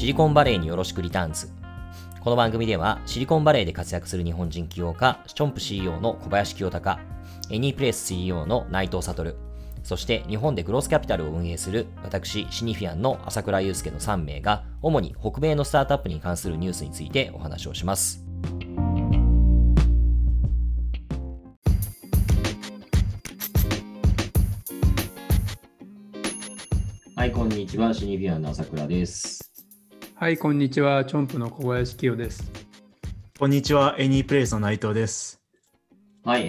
シリコンバレーによろしくリターンズ。この番組ではシリコンバレーで活躍する日本人起業家、チョンプ CEO の小林清隆、エニープレイス CEO の内藤悟、そして日本でグロースキャピタルを運営する私シニフィアンの朝倉祐介の3名が主に北米のスタートアップに関するニュースについてお話をします。はい、こんにちは。シニフィアンの朝倉です。 はい、こんにちは。チョンプの小林清です。 こんにちは。エニープレイスの内藤です。 はい、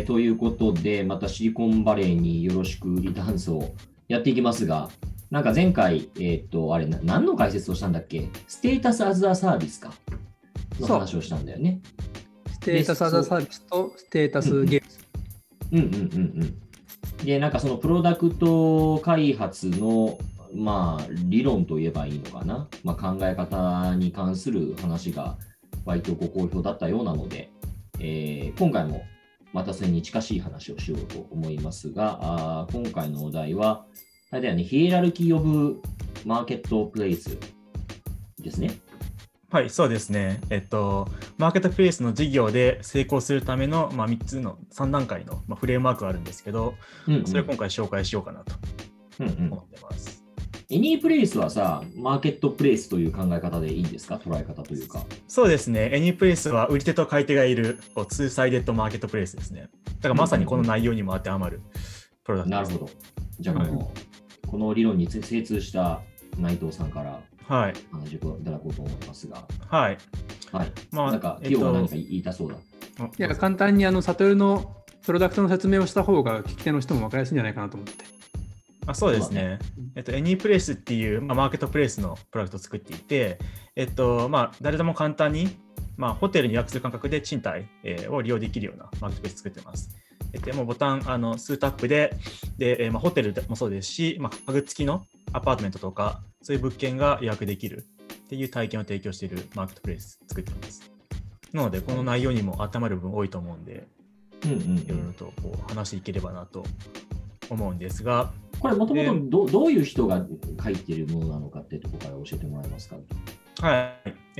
ということで、またシリコンバレーによろしくリターンズをやっていきますが、なんか前回、あれ、何の解説をしたんだっけ？ステータスアズアサービスかの話をしたんだよね。 ステータスアズアサービスとステータスゲーム。 で、なんかそのプロダクト開発の、理論といえばいいのかな、考え方に関する話が割とご好評だったようなので、今回もまたそれに近しい話をしようと思いますが、今回のお題は、あれだよね、ヒエラルキー・オブ・マーケットプレイスですね。 はい、そうですね。マーケットプレイスの事業で成功するための、3段階の、フレームワークがあるんですけど、それを今回紹介しようかなと思ってます。 エニープレイスはさ、マーケットプレイスという考え方でいいんですか？捉え方というか。 そうですね。エニープレイスは売り手と買い手がいるツーサイデッドマーケットプレイスですね。だからまさにこの内容にも当てはまるプロダクトです。 なるほど。じゃあこの理論に精通した内藤さんから話をいただこうと思いますが。 はい。 なんか、今日は何か言いたそうだ。 いや、簡単に悟のプロダクトの説明をした方が聞き手の人も分かりやすいんじゃないかなと思って。 そうですね。エニープレイスっていう、マーケットプレイスのプロダクトを作っていて、誰でも簡単に、ホテルに予約する感覚で賃貸、を利用できるようなマーケットプレイス作ってます。もうボタン数タップで、ホテルもそうですし、家具付きのアパートメントとか、そういう物件が予約できるっていう体験を提供しているマーケットプレイス作ってます。なので、この内容にも当てはまる部分多いと思うんで、いろいろと話していければなと思うんですが、 これもともとどういう人が書いているものなのかっていうところから教えてもらえますか？ はい。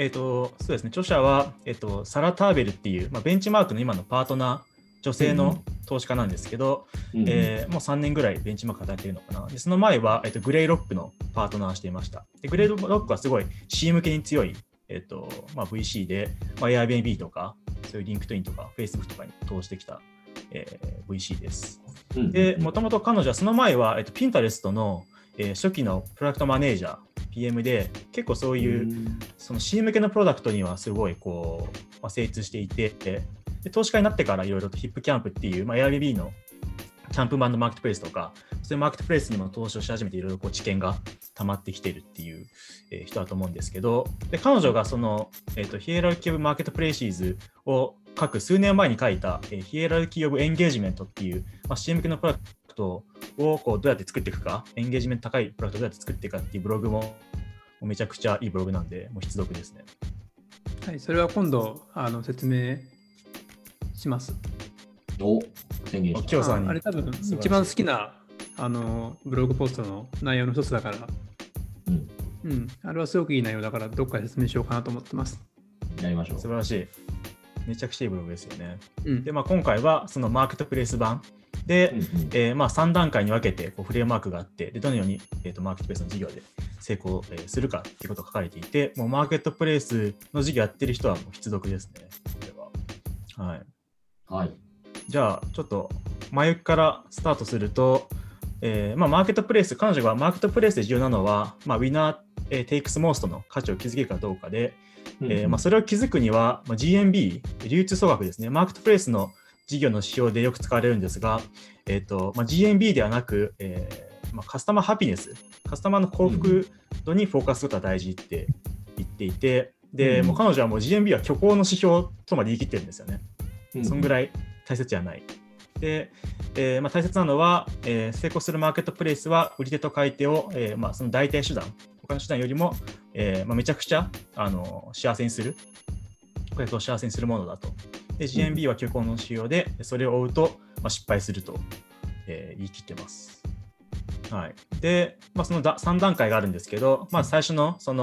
そうですね。著者は、サラ・ターベルっていう、ベンチマークの今のパートナー、女性の投資家なんですけど、もう3年ぐらいベンチマーク働いているのかな。でその前は、グレイロックのパートナーしていました。でグレイロックはすごい C 向けに強い、VC で、Airbnb とか、そういうリンクトインとか、Facebook とかに投資してきた、VC です。で、もともと彼女はその前は、Pinterest の、初期のプロダクトマネージャー、PM で、結構そういうその C 向けのプロダクトにはすごい精通していて、で投資家になってからいろいろとヒップキャンプっていう、Airbnb のキャンプ版のマーケットプレイスとか、そういうマーケットプレイスにも投資をし始めていろいろ知見が溜まってきているっていう、人だと思うんですけど、で彼女がその、ヒエラルキー・オブ・マーケットプレイシーズを書く数年前に書いた、ヒエラルキー・オブ・エンゲージメントっていう、C 向けのプロダクトをどうやって作っていくか、エンゲージメント高いプロダクトをどうやって作っていくかっていうブログもめちゃくちゃいいブログなんで、もう必読ですね。 はい、それは今度説明します。 宣言した。 あれ多分一番好きなブログポストの内容の一つだから、あれはすごくいい内容だからどっかで説明しようかなと思ってます。 やりましょう。 素晴らしい。めちゃくちゃいいブログですよね。で、今回はそのマーケットプレイス版で、3段階に分けてフレームワークがあって、でどのように、マーケットプレイスの事業で成功するかっていうことが書かれていて、もうマーケットプレイスの事業やってる人はもう必読ですね。これは。はい。じゃあちょっと前からスタートすると、マーケットプレイス、彼女がマーケットプレイスで重要なのは、ウィナー、テイクスモーストの価値を築けるかどうかで、それを築くには、GMB、流通総額ですね、マーケットプレイスの事業の指標でよく使われるんですが、GMB ではなく、カスタマーハピネス、カスタマーの幸福度にフォーカスすることが大事って言っていて、でもう彼女はもう GMB は虚構の指標とまで言い切ってるんですよね。そんぐらい大切じゃない。で、大切なのは、成功するマーケットプレイスは売り手と買い手を、その代替手段、他の手段よりも、めちゃくちゃ幸せにする、顧客を幸せにするものだと。で、GMB は虚構の指標で、それを追うと、失敗すると、言い切ってます。はい。で、その3段階があるんですけど、最初のその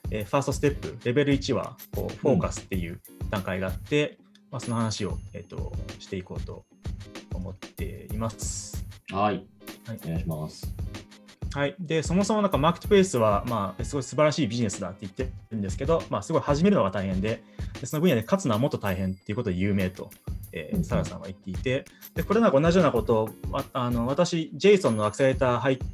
ファーストステップ、レベル1はこうフォーカスっていう段階があって、その話を、していこうと思っています。 はい。お願いします。 はい、でそもそもなんかマーケットプレイスは、すごい素晴らしいビジネスだって言ってるんですけど、すごい始めるのが大変で、その分野で勝つのはもっと大変っていうことで有名と、サラさんは言っていて、でこれなんか同じようなことを私、JSON のアクセレーター入って、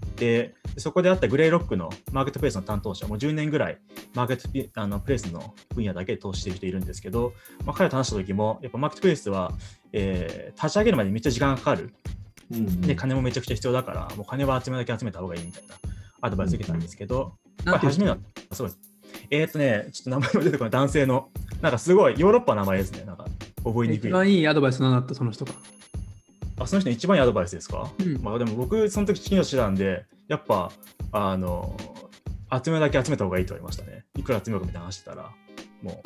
そこであったグレイロックのマーケットプレイスの担当者、もう10年ぐらいマーケットプレイスの分野だけで投資している人いるんですけど、彼と話した時も、やっぱマーケットプレイスは、立ち上げるまでめっちゃ時間がかかる。で金もめちゃくちゃ必要だから、もう金は集めだけ集めた方がいいみたいなアドバイス受けたんですけど、これ初めはそうです。ちょっと名前も出てこない男性の、なんかすごいヨーロッパの名前ですね。なんか覚えにくい。 一番いいアドバイスなんだった、その人が。 その人の一番いいアドバイスですか？でも僕、その時企業してたんで、やっぱ、集めだけ集めた方がいいと言われましたね。いくら集めようかみたいな話してたら、も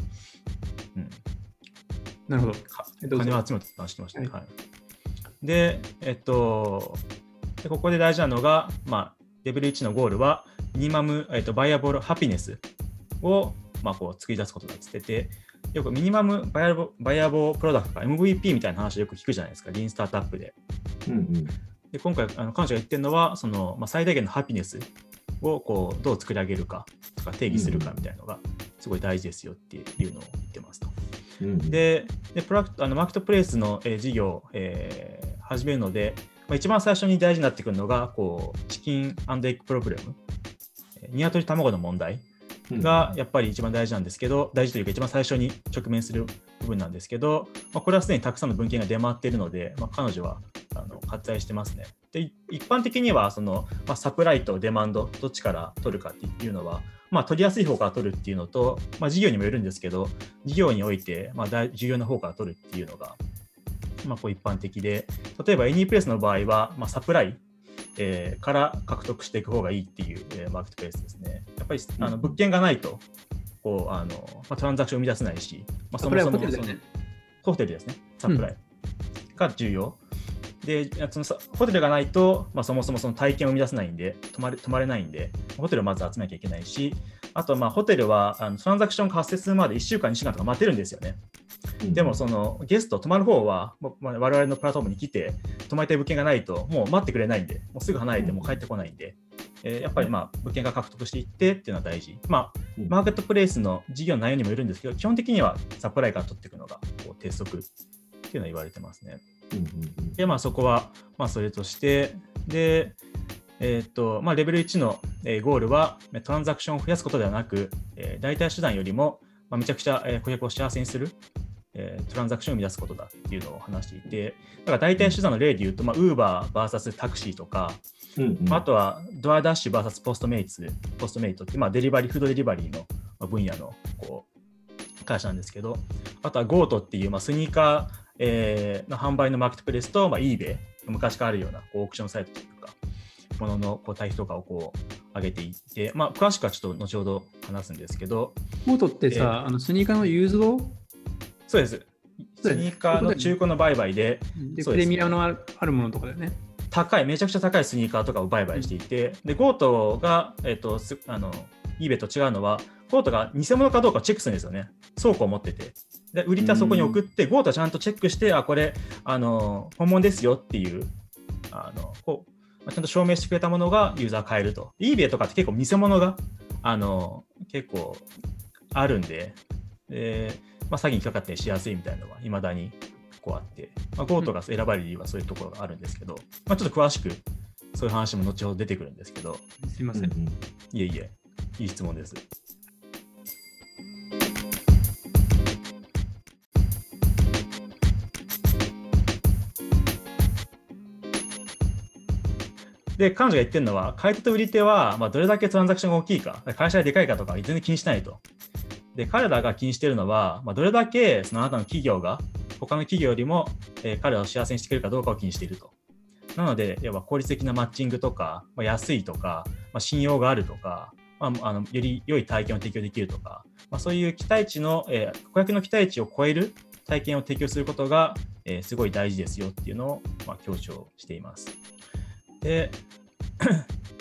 う。なるほど。金を集めた話してましたね。はい。で、ここで大事なのが、レベル1のゴールは、ミニマム、バイアボールハピネスを、こう作り出すことだって言ってて、よくミニマムバイアボープロダクトか MVP みたいな話をよく聞くじゃないですか、リーンスタートアップで。で今回、彼女が言ってるのは、その最大限のハピネスをこうどう作り上げるかとか定義するかみたいなのがすごい大事ですよっていうのを言ってますと。でマーケットプレイスの事業を始めるので、一番最初に大事になってくるのがこうチキン&エッグプロブレム、鶏卵の問題がやっぱり一番大事なんですけど、大事というか一番最初に直面する部分なんですけど、これはすでにたくさんの文献が出回っているので、彼女は割愛してますね。で一般的にはその、サプライとデマンドどっちから取るかっていうのは、取りやすい方から取るっていうのと、事業にもよるんですけど、事業において、重要な方から取るっていうのが、こう一般的で、例えば AnyPlace の場合は、サプライ、から獲得していく方がいいっていう、マーケットプレイスですね。やっぱり物件がないとこうトランザクションを生み出せないし、そもそもホテルですね、サプライが重要。でそのホテルがないと、そもそもその体験を生み出せないんで泊まれないんで、ホテルをまず集めなきゃいけないし、あとホテルはトランザクションが発生するまで1週間2週間とか待てるんですよね。でもそのゲスト泊まる方は我々のプラットフォームに来て泊まりたい物件がないともう待ってくれないんで、もうすぐ離れてもう帰ってこないんで、やっぱり物件が獲得していってっていうのは大事。マーケットプレイスの事業の内容にもよるんですけど、基本的にはサプライから取っていくのがこう鉄則っていうのは言われてますね。でそこはそれとして、でレベル1のゴールはトランザクションを増やすことではなく、代替手段よりもめちゃくちゃ顧客を幸せにするトランザクションを生み出すことだっていうのを話していて、だから代替手段の例で言うと、Uber vs タクシーとか、あとはドアダッシュ vs ポストメイトって、フードデリバリーの分野のこう会社なんですけど、あとは GOAT っていうスニーカーの販売のマーケットプレイスとeBay、昔からあるようなこうオークションサイトというか、もののこう対比とかをこう上げていって、詳しくはちょっと後ほど話すんですけど、 GOATってさ、スニーカーのユーズド？ そうです。スニーカーの中古の売買で、 プレミアムのあるものとかだよね。 めちゃくちゃ高いスニーカーとかを売買していて、で、GOATが、eBay と違うのは、GOATが偽物かどうかチェックするんですよね。倉庫を持ってて。で、売り手はそこに送って、GOATはちゃんとチェックして、これ、本物ですよっていう、ちゃんと証明してくれたものがユーザー買えると。eBay とかって結構偽物が、結構あるんで、詐欺にかかってしやすいみたいなのは未だにこうあって、GOATが選ばれる理由はそういうところがあるんですけど、ちょっと詳しくそういう話も後ほど出てくるんですけど。 すいません。 いえいえ、いい質問です。で、彼女が言ってるのは、買い手と売り手はどれだけトランザクションが大きいか、会社がでかいかとか全然気にしないと。で、彼らが気にしているのは、どれだけそのあなたの企業が他の企業よりも、彼らを幸せにしてくれるかどうかを気にしていると。なので、効率的なマッチングとか、安いとか、信用があるとか、より良い体験を提供できるとか、そういう期待値の、顧客の期待値を超える体験を提供することが、すごい大事ですよっていうのを、強調しています。で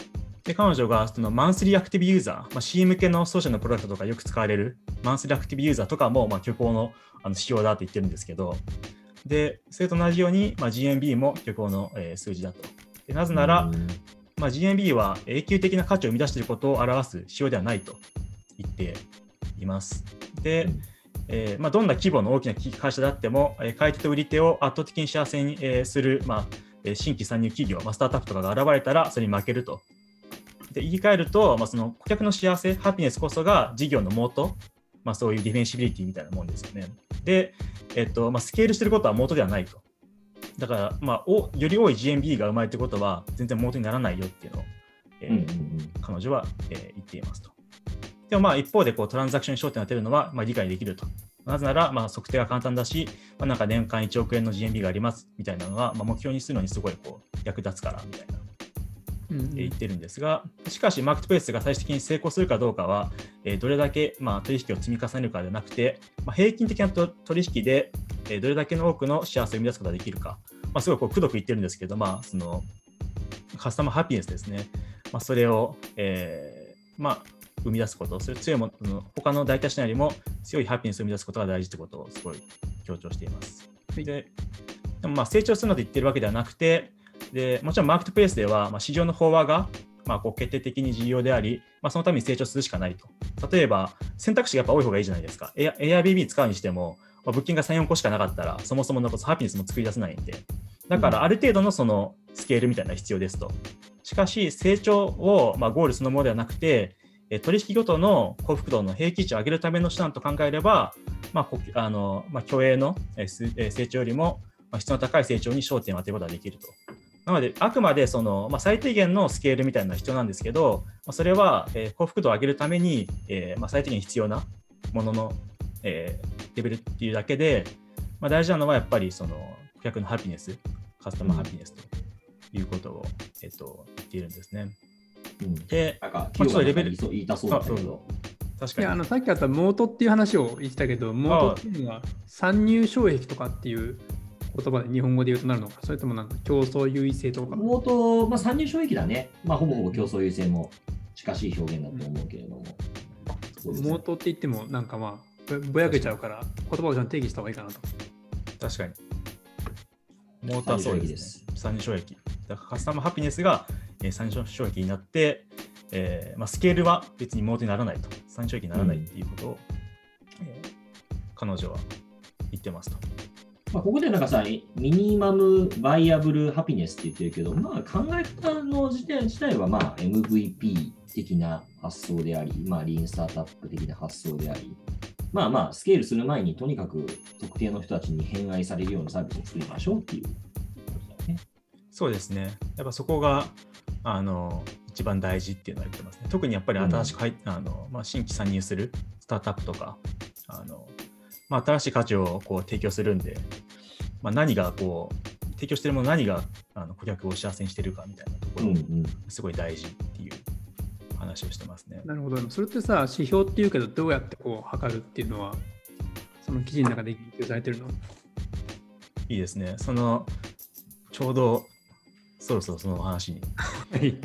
で、彼女がそのマンスリーアクティブユーザー、C 向けのソーシャルのプロダクトとかよく使われるマンスリーアクティブユーザーとかも虚構の指標だと言ってるんですけど、で、それと同じように、GMB も虚構の数字だと。でなぜなら、GMB は永久的な価値を生み出していることを表す指標ではないと言っています。で、どんな規模の大きな会社であっても、買い手と売り手を圧倒的に幸せにする、新規参入企業、スタートアップとかが現れたらそれに負けると。で言い換えると、その顧客の幸せ、ハピネスこそが事業のモート、そういうディフェンシビリティみたいなもんですよね。で、スケールしていることはモートではないと。だから、より多い GMB が生まれていることは全然モートにならないよっていうのを、彼女は、言っていますと。でも一方でトランザクションに焦点を当てるのは理解できると。なぜなら測定が簡単だし、なんか年間1億円の GMB がありますみたいなのが、目標にするのにすごい役立つからみたいな。言ってるんですが、しかしマーケットプレイスが最終的に成功するかどうかは、どれだけ取引を積み重ねるかではなくて、平均的な取引でどれだけの多くの幸せを生み出すことができるか、すごいくどく言ってるんですけど、そのカスタマーハピネスですね、それを、生み出すこと、それ強いもの、他の大多種よりも強いハピネスを生み出すことが大事ということをすごい強調しています。でも成長するので言ってるわけではなくて、でもちろんマーケットプレイスでは、市場の飽和が、決定的に重要であり、そのために成長するしかないと。例えば、選択肢がやっぱ多い方がいいじゃないですか。Airbnb 使うにしても、物件が3、4個しかなかったら、そもそものハピネスも作り出せないんで。だから、ある程度のそのスケールみたいなのが必要ですと。しかし、成長を、ゴールそのものではなくて、取引ごとの幸福度の平均値を上げるための手段と考えれば、虚栄の成長よりも質の高い成長に焦点を当てることができると。なので、あくまでその、最低限のスケールみたいなのが必要なんですけど、それは、幸福度を上げるために、最低限必要なものの、レベルっていうだけで、大事なのはやっぱりその顧客のハピネス、カスタマーハピネスということを、言っているんですね。 で、ちょっとレベル言いたそうだけど。 確かにさっきあったモートっていう話を言ってたけど、モートっていうのは参入障壁とかっていう言葉で日本語で言うとなるのか、それともなんか競争優位性とか。 モート、参入障壁だね。ほぼほぼ競争優位性も近しい表現だと思うけれども。 モートって言ってもなんかぼやけちゃうから言葉をちゃんと定義した方がいいかなと。 確かに。モートはそうですね。参入障壁。だからカスタマーハピネスが参入障壁になって、スケールは別にモートにならないと。参入障壁にならないっていうことを、彼女は言ってますと。 ここでなんかさ、ミニマムバイアブルハピネスって言ってるけど、考え方の時点自体はMVP 的な発想であり、リーンスタートアップ的な発想であり、スケールする前にとにかく特定の人たちに偏愛されるようなサービスを作りましょうっていうことだよね。 そうですね。やっぱそこが一番大事っていうのは言ってますね。特にやっぱり新しく新規参入するスタートアップとか、新しい価値を提供するんで、何が提供しているもの何が顧客を幸せにしているかみたいなところがすごい大事っていう話をしてますね。 なるほど。それってさ、指標っていうけどどうやって測るっていうのはその記事の中で言及されてるの？ いいですね。ちょうどそろそろその話に行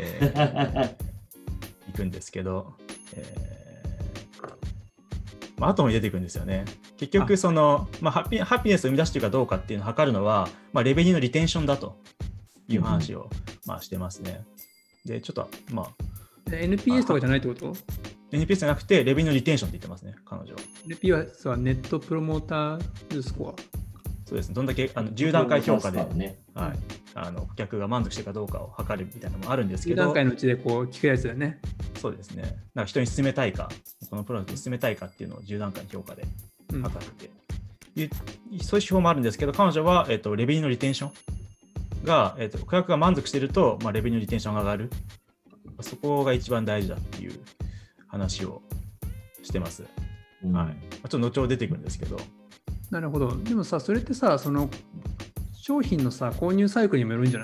くんですけど、後に出てくるんですよね。結局ハピネスを生み出しているかどうかっていうのを測るのは、レベニューのリテンションだという話を、してますね。で、ちょっと NPS とかじゃないってこと？ NPS じゃなくてレベニューのリテンションって言ってますね、彼女は。 NPS はネットプロモータースコア。 そうですね。どんだけ10段階評価で、顧客が満足しているかどうかを測るみたいなのもあるんですけど、 10段階のうちで聞くやつだよね。 そうですね。なんか人に勧めたいか、このプロダクトを勧めたいかっていうのを10段階の評価で測って、そういう手法もあるんですけど、彼女は、レベニューのリテンションが、顧客が満足していると、レベニューのリテンションが上がる。そこが一番大事だっていう話をしてます。ちょっと後ほど出てくるんですけど。 なるほど。でもさ、それってさ、その商品のさ、購入サイクルにもよるんじゃない？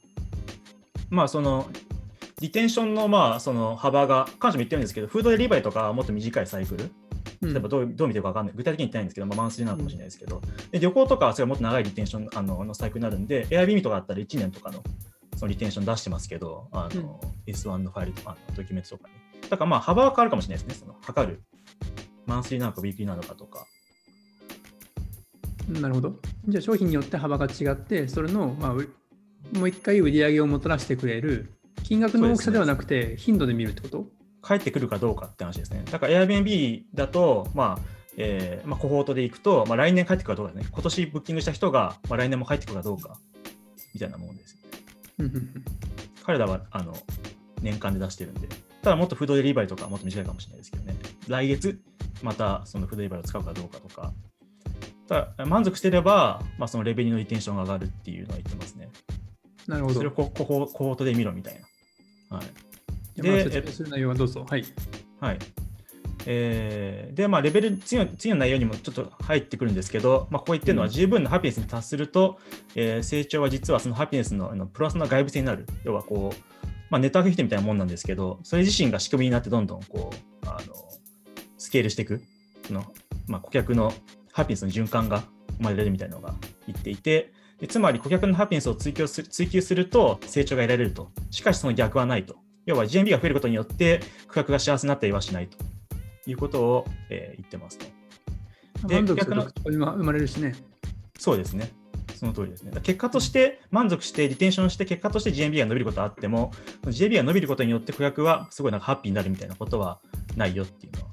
リテンションのその幅が、彼女も言ってるんですけど、フードデリバリーとかはもっと短いサイクル。例えばどう見てるか分かんない。具体的に言ってないんですけど、マンスリーなのかもしれないですけど、で旅行とかはそれはもっと長いリテンションのサイクルになるんで、Airbnb とかだったら1年とかのそのリテンション出してますけど、S1 のファイルとかドキュメントとかに。だからまあ幅は変わるかもしれないですね。その測る。マンスリーなのかウィークリーなのかとか。 なるほど。じゃあ商品によって幅が違って、それの、まあ、もう一回売り上げをもたらしてくれる金額の大きさではなくて頻度で見るってこと？ 返ってくるかどうかって話ですね。だから Airbnb だと、まあコホートでいくと、まあ、来年返ってくるかどうかですね。今年ブッキングした人が、まあ、来年も返ってくるかどうかみたいなものですよね。彼らは年間で出してるんで、ただもっとフードデリバリーとかもっと短いかもしれないですけどね。来月またそのフードデリバリーを使うかどうかとか。ただ満足していれば、まあ、そのレベルのリテンションが上がるっていうのは言ってますね。なるほど。それをコホートで見ろみたいな。はい。 で、説明する内容はどうぞ。はい。 はい。で、まあ、レベル、次の内容にもちょっと入ってくるんですけど、まあ、ここ言ってるのは十分なハピネスに達すると、成長は実はそのハピネスのプラスの外部性になる。要はこう、まあ、ネットワークヒットみたいなもんなんですけど、それ自身が仕組みになってどんどんこう、スケールしていく。まあ、顧客のハピネスの循環が生まれるみたいなのが言っていて、つまり顧客のハピネスを追求すると成長が得られると。しかしその逆はないと。要は GMV が増えることによって顧客が幸せになったりはしないということを、言ってますと。 で、満足すると生まれるしね。 そうですね。その通りですね。結果として満足してリテンションして結果として GMV が伸びることはあっても GMV が伸びることによって顧客はすごいなんかハッピーになるみたいなことはないよっていうのは。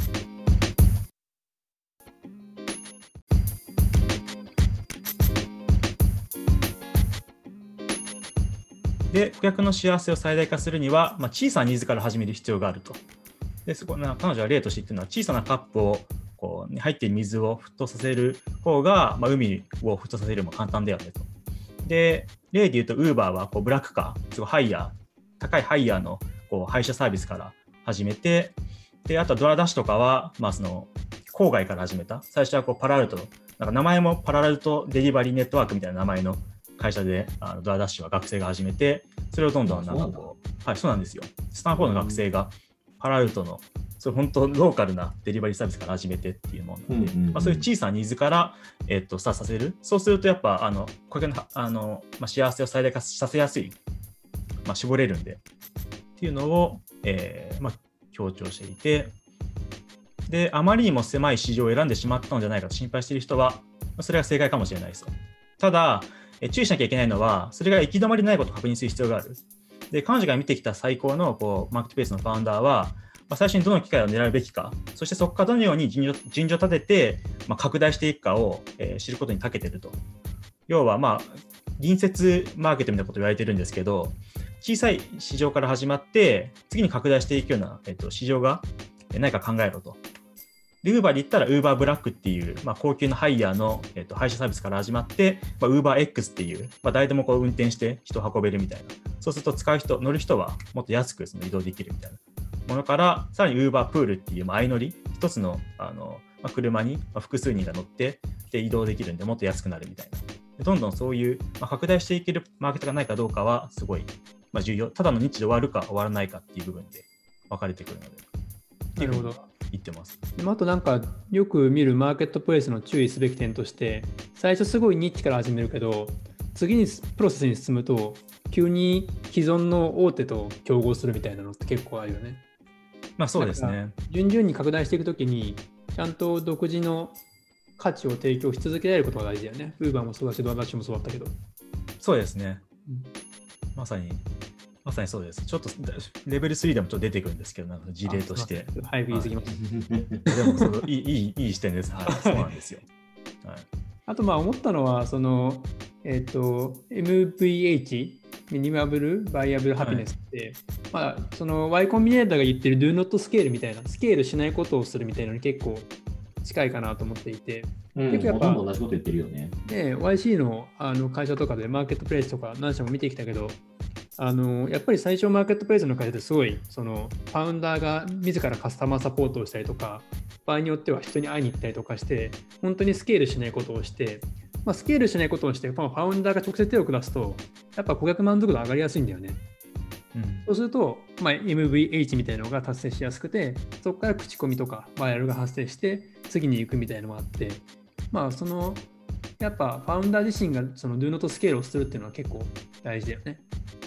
で、顧客の幸せを最大化するには、まあ、小さなニーズから始める必要があると。で、彼女は例として言ってるのは、小さなカップをこう入っている水を沸騰させる方が、まあ、海を沸騰させるよりも簡単だよねと。で、例で言うと、Uber はこうブラックカー、すごいハイヤー、高いハイヤーのこう配車サービスから始めて、で、あとドラダッシュとかは、まあ、その郊外から始めた。最初はこうパラアルト、なんか名前もパラアルトデリバリーネットワークみたいな名前の会社でドラダッシュは学生が始めて、それをどんどんなんかこう、はい、そうなんですよ。スタンフォードの学生がパラアルトの、それ本当ローカルなデリバリーサービスから始めてっていうものなので、まあ、そういう小さなニーズから、スタートさせる。そうするとやっぱ顧客のまあ、幸せを最大化させやすい、まあ、絞れるんでっていうのを、まあ、強調していて、で、あまりにも狭い市場を選んでしまったのではないかと心配している人は、それが正解かもしれないですと。ただ、注意しなきゃいけないのは、それが行き止まりでないことを確認する必要がある。で、彼女が見てきた最高のこうマーケットプレイスのファウンダーは、まあ、最初にどの機会を狙うべきか、そしてそこからどのように順序を立てて、まあ、拡大していくかを、知ることに長けていると。要は、まあ、隣接マーケットみたいなことを言われてるんですけど、小さい市場から始まって、次に拡大していくような、市場が何か考えろと。で、Uber で言ったら Uber ブラックっていう、まあ、高級なハイヤーの、配車サービスから始まって、まあ、UberX っていう、まあ、誰でもこう運転して人を運べるみたいな。そうすると乗る人はもっと安くその移動できるみたいなものから、さらに Uber プールっていう、まあ、相乗り、一つの、まあ、車に複数人が乗ってで移動できるんで、もっと安くなるみたいな。どんどんそういう、まあ、拡大していけるマーケットがないかどうかはすごい、まあ、重要。ただのニッチで終わるか終わらないかっていう部分で分かれてくるので。 なるほど。 言ってます。 あとなんかよく見るマーケットプレイスの注意すべき点として、最初すごいニッチから始めるけど、次にプロセスに進むと急に既存の大手と競合するみたいなのって結構あるよね。 まあそうですね。 順々に拡大していくときにちゃんと独自の価値を提供し続けられることが大事だよね。Uber もそうだし、ドアダッシュもそうだったけど。 そうですね。まさにそうです。ちょっとレベル3でもちょっと出てくるんですけど、なんか事例として。 はい、言い過ぎました。 でもいい視点です。はい、そうなんですよ。はい、 あと思ったのは、その、MVH、ミニマブル・バイアブル・ハピネスって、はい、その Y コンビネーターが言ってる Do not scale みたいな、スケールしないことをするみたいなのに結構近いかなと思っていて、 結構やっぱ同じこと言ってるよね。 で、YC の会社とかでマーケットプレイスとか何社も見てきたけど、やっぱり最初マーケットプレイスの会社ってすごいそのファウンダーが自らカスタマーサポートをしたりとか、場合によっては人に会いに行ったりとかして本当にスケールしないことをして、スケールしないことをしてファウンダーが直接手を下すとやっぱ顧客満足度上がりやすいんだよね。そうすると、MVH みたいなのが達成しやすくて、そこから口コミとかバイラルが発生して次に行くみたいなのがあって、そのやっぱファウンダー自身がその Do not scale をするっていうのは結構大事だよね。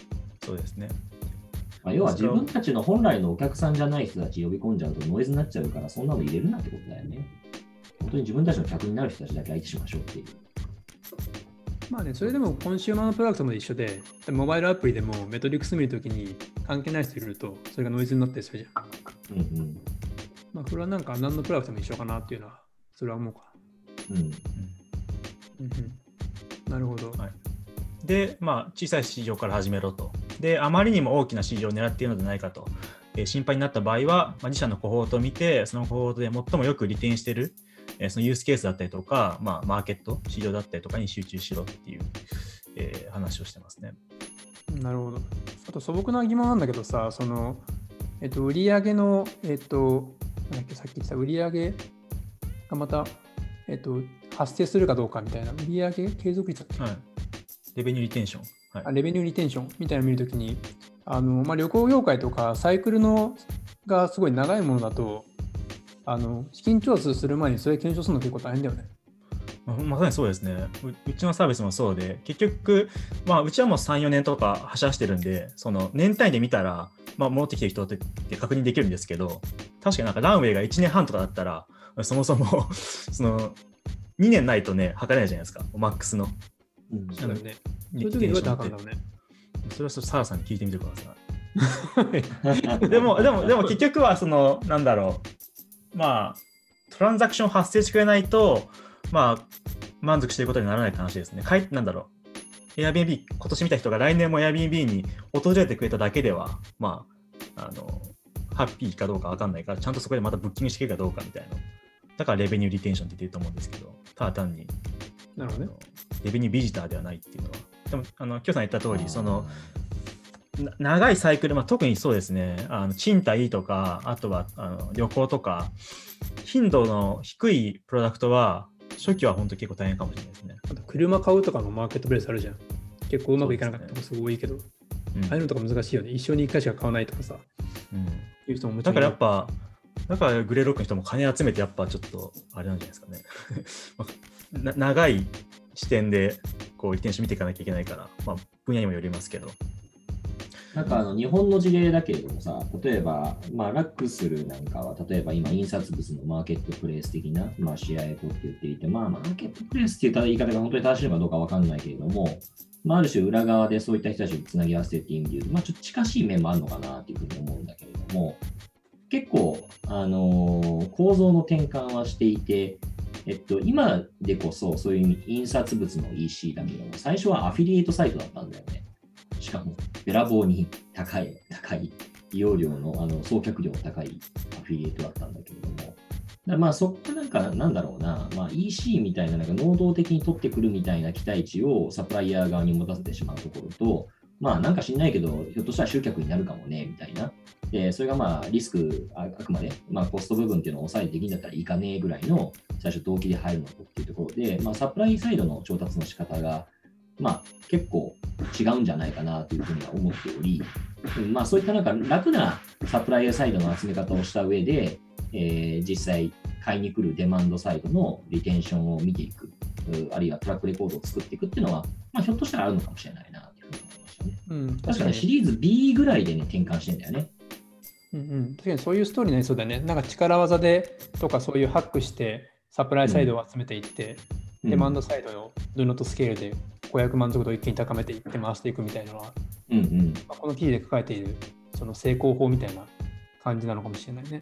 そうですね。 要は自分たちの本来のお客さんじゃない人たち呼び込んじゃうとノイズになっちゃうから、そんなの入れるなってことだよね。本当に自分たちの客になる人たちだけ相手しましょうっていう。 まあね、それでもコンシューマーのプロダクトも一緒で、モバイルアプリでもメトリックス見るときに関係ない人いると、それがノイズになったりするじゃん。うんうん。まあ、これはなんか何のプロダクトも一緒かなっていうのは、それは思うかな。うん。うんうん、なるほど。 はい、で、まあ、小さい市場から始めろと。で、あまりにも大きな市場を狙っているのではないかと、心配になった場合は、自社のコホートを見て、そのコホートで最もよく利点している、そのユースケースだったりとか、マーケット、市場だったりとかに集中しろっていう、話をしてますね。 なるほど。あと素朴な疑問なんだけどさ、その、売上の、なんだっけ、さっき言った売上がまた、発生するかどうかみたいな、売上継続率だっけ、 はい、レベニューリテンション。 はい、レベニューリテンションみたいなのを見るときに、旅行業界とかサイクルのがすごい長いものだと、資金調達する前にそれ検証するの結構大変だよね。 まさにそうですね。うちのサービスもそうで、結局、うちはもう3、4年とか走らせてるんで、その年単位で見たら、戻ってきてる人って確認できるんですけど、確かになんかランウェイが1年半とかだったら、そもそもその2年ないとね、測れないじゃないですか、マックスの。 そうだよね。そういう時にどうやって測るんだろうね。 それはサラさんに聞いてみてください。でも結局はそのなんだろう、トランザクション発生してくれないと満足していることにならないって話ですね。なんだろう、Airbnb 今年見た人が来年も Airbnb に訪れてくれただけではハッピーかどうか分かんないから、ちゃんとそこでまたブッキングしてくれるかどうかみたいな。だからレベニューリテンションって言ってると思うんですけど、ただ単になるほど、ね、 レベニュービジターではないっていうのは。でもキョさん言った通り、その長いサイクル、特にそうですね、賃貸とか、あとは旅行とか、頻度の低いプロダクトは、初期は本当に結構大変かもしれないですね。 あと車買うとかのマーケットプレイスあるじゃん。結構うまくいかなかったとこすごい多いけど、ああいうのとか難しいよね。一生に一回しか買わないとかさ。 いう人ももちろん。だからグレーロックの人も金集めて、やっぱちょっとあれなんじゃないですかね。長い視点でこうリテンション見ていかなきゃいけないから、分野にもよりますけど。 なんか日本の事例だけれどもさ、例えば、ラックスルなんかは、例えば今、印刷物のマーケットプレイス的な、シェアエコって言っていて、マーケットプレイスって言った言い方が本当に正しいのかどうかわかんないけれども、ある種裏側でそういった人たちをつなぎ合わせてっていう意味で言うと、ちょっと近しい面もあるのかなっていうふうに思うんだけれども、結構、構造の転換はしていて、今でこそそういう印刷物の EC だけども、最初はアフィリエイトサイトだったんだよね。しかも、べらぼうに高い利用料の、送客量の高いアフィリエイトだったんだけれども、そこからなんだろうな、EC みたいな、能動的に取ってくるみたいな期待値をサプライヤー側に持たせてしまうところと、なんか知んないけど、ひょっとしたら集客になるかもね、みたいな。で、それがリスク、あくまで、コスト部分っていうのを抑えてできるんだったらいいかね、ぐらいの最初動機で入るのっていうところで、サプライサイドの調達の仕方が、結構違うんじゃないかなというふうには思っており、そういった楽なサプライヤーサイドの集め方をした上で、実際買いに来るデマンドサイドのリテンションを見ていく、あるいはトラックレコードを作っていくっていうのは、ひょっとしたらあるのかもしれないなというふうに思いましたね。確かにシリーズ B ぐらいでね、転換してんだよね。 確かにそういうストーリーになりそうだね。なんか力技でとかそういうハックしてサプライサイドを集めていって、デマンドサイドのドゥノットスケールで顧客満足度を一気に高めていって回していくみたいなのは、この記事で書かれているその成功法みたいな感じなのかもしれないね。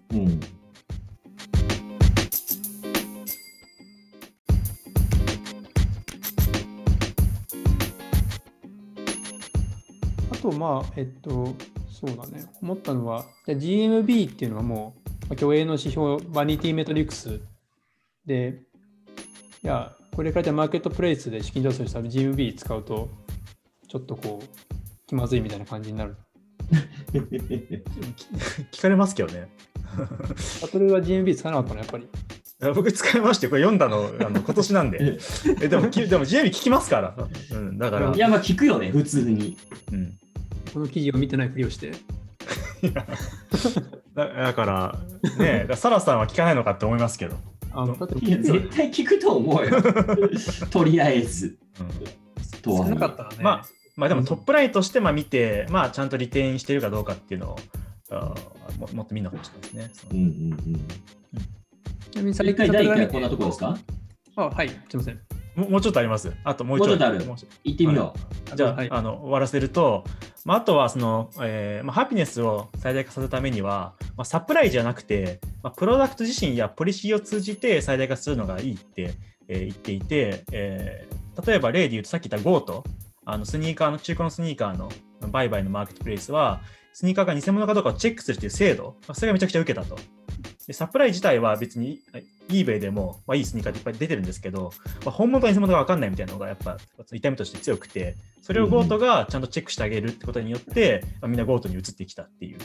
あとそうだね、思ったのは、じゃあ GMB っていうのはもう競泳の指標、バニティメトリックスで、いや、これからじゃあマーケットプレイスで資金調達したら GMB 使うと、ちょっと気まずいみたいな感じになる。 聞かれますけどね。 それは GMB 使わなかったの、やっぱり。 僕使いまして、これ読んだの今年なんで。でも GMB 聞きますから。だから。 いや、聞くよね、普通に。 この記事を見てないふりをして。 だからね、サラさんは聞かないのかって思いますけど。 いや、絶対聞くと思うよ。とりあえず。 少なかったらね。 まあでもトップラインとして見て、まあちゃんとリテインしてるかどうかっていうのをもっと見るのかもしれないですね。 ちなみに第1回こんなところですか？ はい、すみません。 もうちょっとあります。あともうちょっとある。 行ってみよう。じゃあ、終わらせると、あとはその、ハピネスを最大化させるためには、サプライじゃなくて、プロダクト自身やポリシーを通じて最大化するのがいいって、言っていて、例えば例で言うとさっき言った GOAT、スニーカーの中古のスニーカーの売買のマーケットプレイスは、スニーカーが偽物かどうかをチェックするという制度、それがめちゃくちゃ受けたと。でサプライ自体は別に eBay でも、いいスニーカーっていっぱい出てるんですけど、本物と偽物が分かんないみたいなのがやっぱ痛みとして強くて、それを GOAT がちゃんとチェックしてあげるってことによって、みんな GOAT に移ってきたっていう、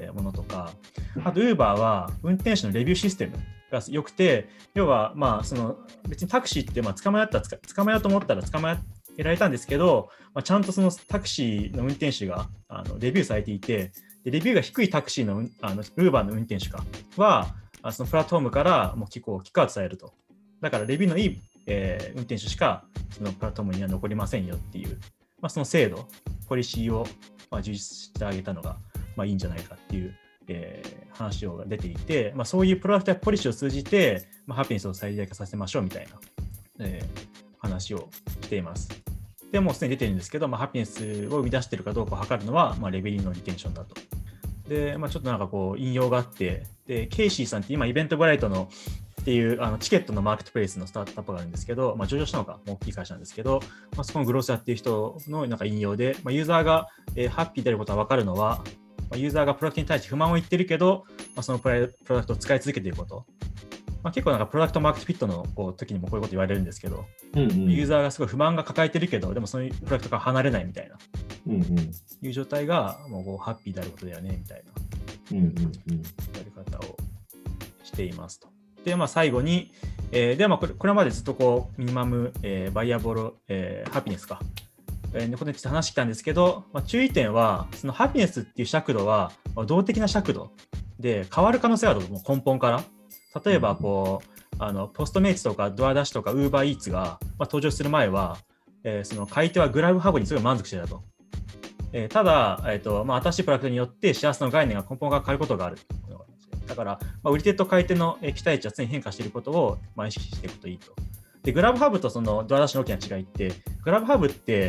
ものとか、あと Uber は運転手のレビューシステムが良くて、要はその別にタクシーって捕まえようと思ったら捕まえられたんですけど、ちゃんとそのタクシーの運転手がレビューされていて、でレビューが低いタクシーのUber の運転手はそのプラットフォームからもうキックアウトされると。だからレビューのいい、運転手しかそのプラットフォームには残りませんよっていう、その制度、ポリシーを充実してあげたのがいいんじゃないかっていう、話が出ていて、そういうプロダクトやポリシーを通じて、ハピネスを最大化させましょうみたいな、話をしています。でもうすでに出てるんですけど、ハピネスを生み出しているかどうかを測るのは、レベリンのリテンションだと。で、ちょっとなんかこう引用があって、で、ケイシーさんって今イベントブライトのっていうチケットのマーケットプレイスのスタートアップがあるんですけど、上場したのが大きい会社なんですけど、そこのグロースやっていう人のなんか引用で、ユーザーが、ハッピーであることが分かるのは、ユーザーがプロダクトに対して不満を言ってるけど、そのプロダクトを使い続けていること。結構なんかプロダクトマーケットフィットの時にもこういうこと言われるんですけど、ユーザーがすごい不満が抱えてるけど、でもそのプロダクトから離れないみたいな、いう状態がもうハッピーであることだよねみたいなやり方をしていますと。で、最後に、でこれまでずっとこうミニマム、バイアボル、ハピネスか。これについて話してきたんですけど、注意点は、そのハピネスっていう尺度は、動的な尺度で変わる可能性があると、もう根本から。例えばこう、ポストメイツとかドアダッシュとかウーバーイーツが、登場する前は、その買い手はグラブハブにすごい満足してたと。ただ、新しいプロダクトによって幸せの概念が根本から変わることがある。だから、売り手と買い手の期待値は常に変化していることを、意識していくといいと。で、グラブハブとそのドアダッシュの大きな違いって、グラブハブって、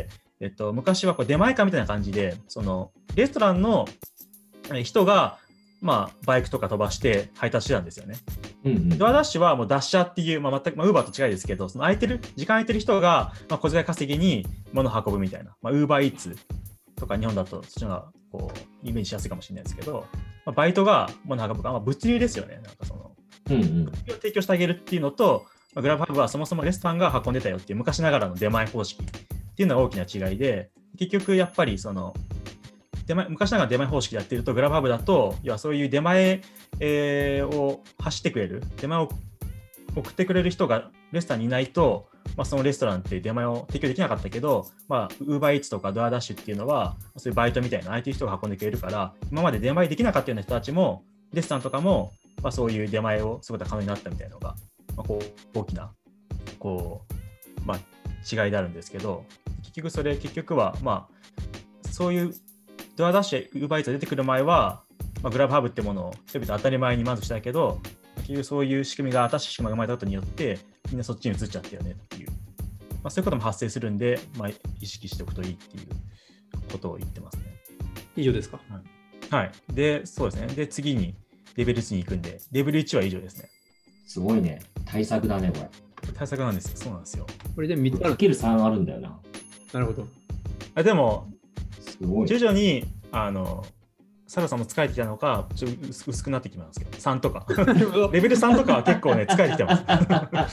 昔はこう出前館みたいな感じで、そのレストランの人が、バイクとか飛ばして配達してたんですよね。ドアダッシュはもうダッシャーっていう、全くウーバーと違いですけど、その時間空いてる人が、小遣い稼ぎに物を運ぶみたいな、ウーバーイーツとか日本だとそっちの方がこうイメージしやすいかもしれないですけど、バイトが物を運ぶか、物流ですよね。なんかその物流を提供してあげるっていうのと、グラブハブはそもそもレストランが運んでたよっていう昔ながらの出前方式っていうのが大きな違いで、結局やっぱりその昔ながら出前方式でやってると、グラブハブだと、要はそういう出前、を走ってくれる、出前を送ってくれる人がレストランにいないと、そのレストランって出前を提供できなかったけど、ウーバーイーツとかドアダッシュっていうのは、そういうバイトみたいな空いてる人が運んでくれるから、今まで出前できなかったような人たちも、レストランとかも、そういう出前をすることが可能になったみたいなのが、こう大きなこう、違いであるんですけど、結局は、そういうドアダッシュ、ウーバーイーツが出てくる前は、グラブハブってものを人々当たり前に満足したけど、結局そういう仕組みが新しい仕組みが生まれたことによって、みんなそっちに移っちゃったよねっていう、そういうことも発生するんで、意識しておくといいっていうことを言ってますね。 以上ですか？ はい。で、そうですね。で、次にレベル2に行くんで、レベル1は以上ですね。 すごいね。対策だね、これ。 対策なんですよ。そうなんですよ。 これで3つかける3あるんだよな。 なるほど。 でも、 すごい徐々にサラさんも疲れてきたのか、ちょっと薄くなってきますけど、3とか。レベル3とかは結構ね、疲れてきてます。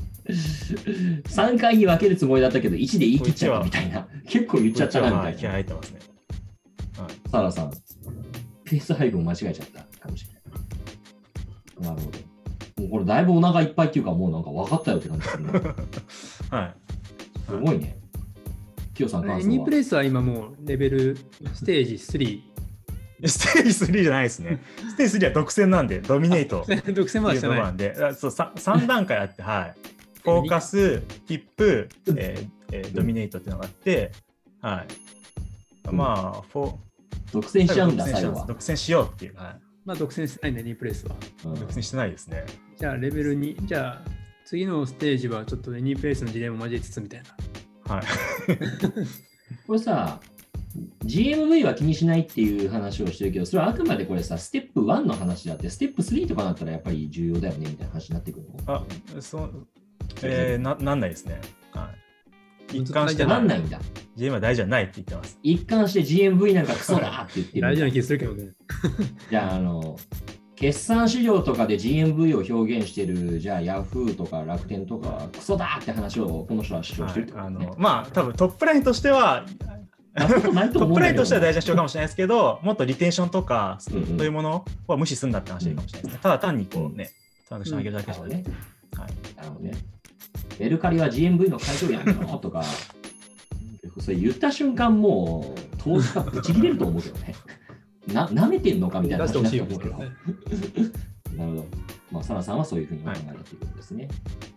3回に分けるつもりだったけど、1で言い切っちゃったみたいな。結構言っちゃったなみたいな。 気合入ってますね。 サラさん、ペース配分間違えちゃったかもしれない。なるほど。もうこれだいぶお腹いっぱいっていうか、もうなんか分かったよって感じですね。 はい。 すごいね。キヨさん、感想は。 ニープレイスは今もうレベルステージ3。 ステージ3じゃないですね。ステージ3は独占なんで、ドミネート。 独占までしてない。 で、そう、3段階あって、はい。フォーカス、ティップ、ドミネートっていうのがあって、 はい。まあ、 独占しちゃうんだ、最後は。 独占しようっていう。はい。 まあ、独占してないんで、ニープレイスは。 独占してないですね。 じゃあ、レベル2、じゃあ、次のステージはちょっとね、ニープレイスの事例も交えつつみたいな。 はい。 これさ、GMV は気にしないっていう話をしてるけど、それはあくまでこれさ、ステップ1の話であって、ステップ3とかだったらやっぱり重要だよねみたいな話になってくるの？ なんないですね。はい。一貫してなんないんだ。 GM は大事じゃないって言ってます。 一貫して GMV なんかクソだって言ってる。 大事な気するけどね。 じゃあ、決算資料とかで GMV を表現してる、じゃあ Yahoo とか楽天とかクソだって話をこの人は主張してるってことね。 まあ、多分トップラインとしては、トップラインとしては大事な主張かもしれないですけど、もっとリテンションとか、そういうものは無視するんだって話かもしれないですね。ただ単にこうね、トランザクション上げるだけじゃない。はい。 なるほどね。メルカリは GMV の解消やめろとか、それ言った瞬間もう投資家ぶち切れると思うけどね。なめてんのかみたいな話になって思うけど。なるほど。まあ、サナさんはそういうふうにお考えだということですね。